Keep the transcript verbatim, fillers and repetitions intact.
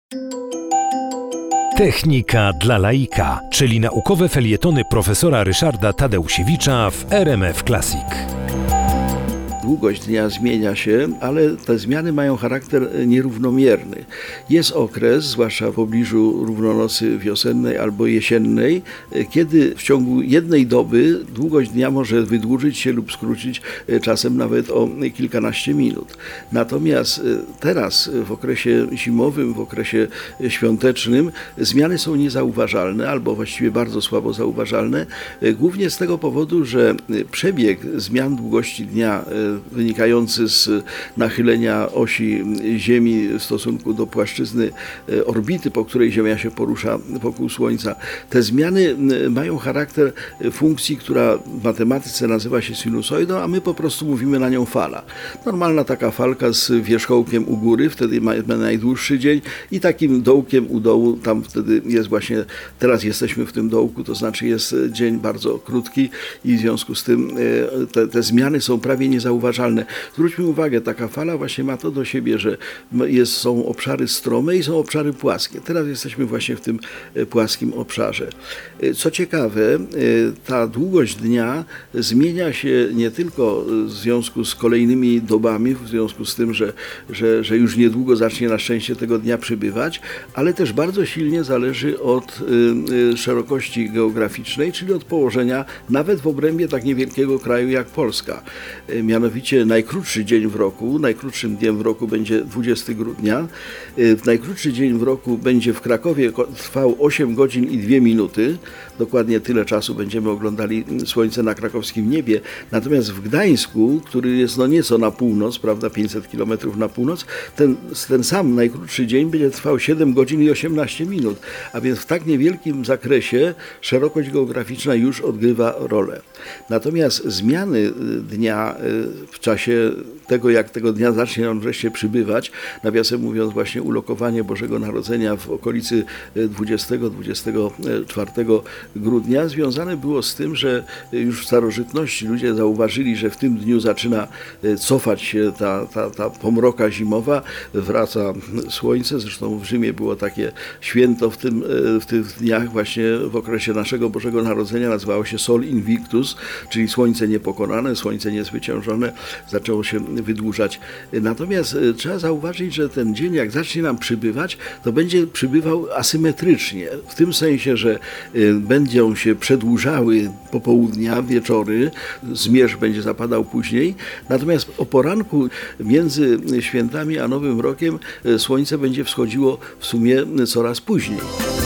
Technika dla laika, czyli naukowe felietony profesora Ryszarda Tadeusiewicza w R M F Classic. Długość dnia zmienia się, ale te zmiany mają charakter nierównomierny. Jest okres, zwłaszcza w pobliżu równonocy wiosennej albo jesiennej, kiedy w ciągu jednej doby długość dnia może wydłużyć się lub skrócić czasem nawet o kilkanaście minut. Natomiast teraz w okresie zimowym, w okresie świątecznym zmiany są niezauważalne albo właściwie bardzo słabo zauważalne, głównie z tego powodu, że przebieg zmian długości dnia wynikający z nachylenia osi Ziemi w stosunku do płaszczyzny orbity, po której Ziemia się porusza wokół Słońca. Te zmiany mają charakter funkcji, która w matematyce nazywa się sinusoidą, a my po prostu mówimy na nią fala. Normalna taka falka z wierzchołkiem u góry, wtedy mamy najdłuższy dzień, i takim dołkiem u dołu, tam wtedy jest właśnie, teraz jesteśmy w tym dołku, to znaczy jest dzień bardzo krótki i w związku z tym te, te zmiany są prawie niezauważalne. Zwróćmy uwagę, taka fala właśnie ma to do siebie, że jest, są obszary strome i są obszary płaskie. Teraz jesteśmy właśnie w tym płaskim obszarze. Co ciekawe, ta długość dnia zmienia się nie tylko w związku z kolejnymi dobami, w związku z tym, że, że, że już niedługo zacznie na szczęście tego dnia przybywać, ale też bardzo silnie zależy od szerokości geograficznej, czyli od położenia nawet w obrębie tak niewielkiego kraju jak Polska. Mianowicie najkrótszy dzień w roku, najkrótszym dniem w roku będzie dwudziestego grudnia. Najkrótszy dzień w roku będzie w Krakowie trwał osiem godzin i dwie minuty. Dokładnie tyle czasu będziemy oglądali słońce na krakowskim niebie. Natomiast w Gdańsku, który jest no nieco na północ, prawda, pięćset kilometrów na północ, ten, ten sam najkrótszy dzień będzie trwał siedem godzin i osiemnaście minut. A więc w tak niewielkim zakresie szerokość geograficzna już odgrywa rolę. Natomiast zmiany dnia w czasie tego, jak tego dnia zacznie on wreszcie przybywać, nawiasem mówiąc właśnie ulokowanie Bożego Narodzenia w okolicy dwudziestego do dwudziestego czwartego grudnia, związane było z tym, że już w starożytności ludzie zauważyli, że w tym dniu zaczyna cofać się ta, ta, ta pomroka zimowa, wraca słońce. Zresztą w Rzymie było takie święto w, tym, w tych dniach właśnie w okresie naszego Bożego Narodzenia, nazywało się Sol Invictus, czyli słońce niepokonane, słońce niezwyciężone, zaczęło się wydłużać. Natomiast trzeba zauważyć, że ten dzień, jak zacznie nam przybywać, to będzie przybywał asymetrycznie, w tym sensie, że będą się przedłużały popołudnia, wieczory, zmierzch będzie zapadał później, natomiast o poranku między świętami a Nowym Rokiem słońce będzie wschodziło w sumie coraz później.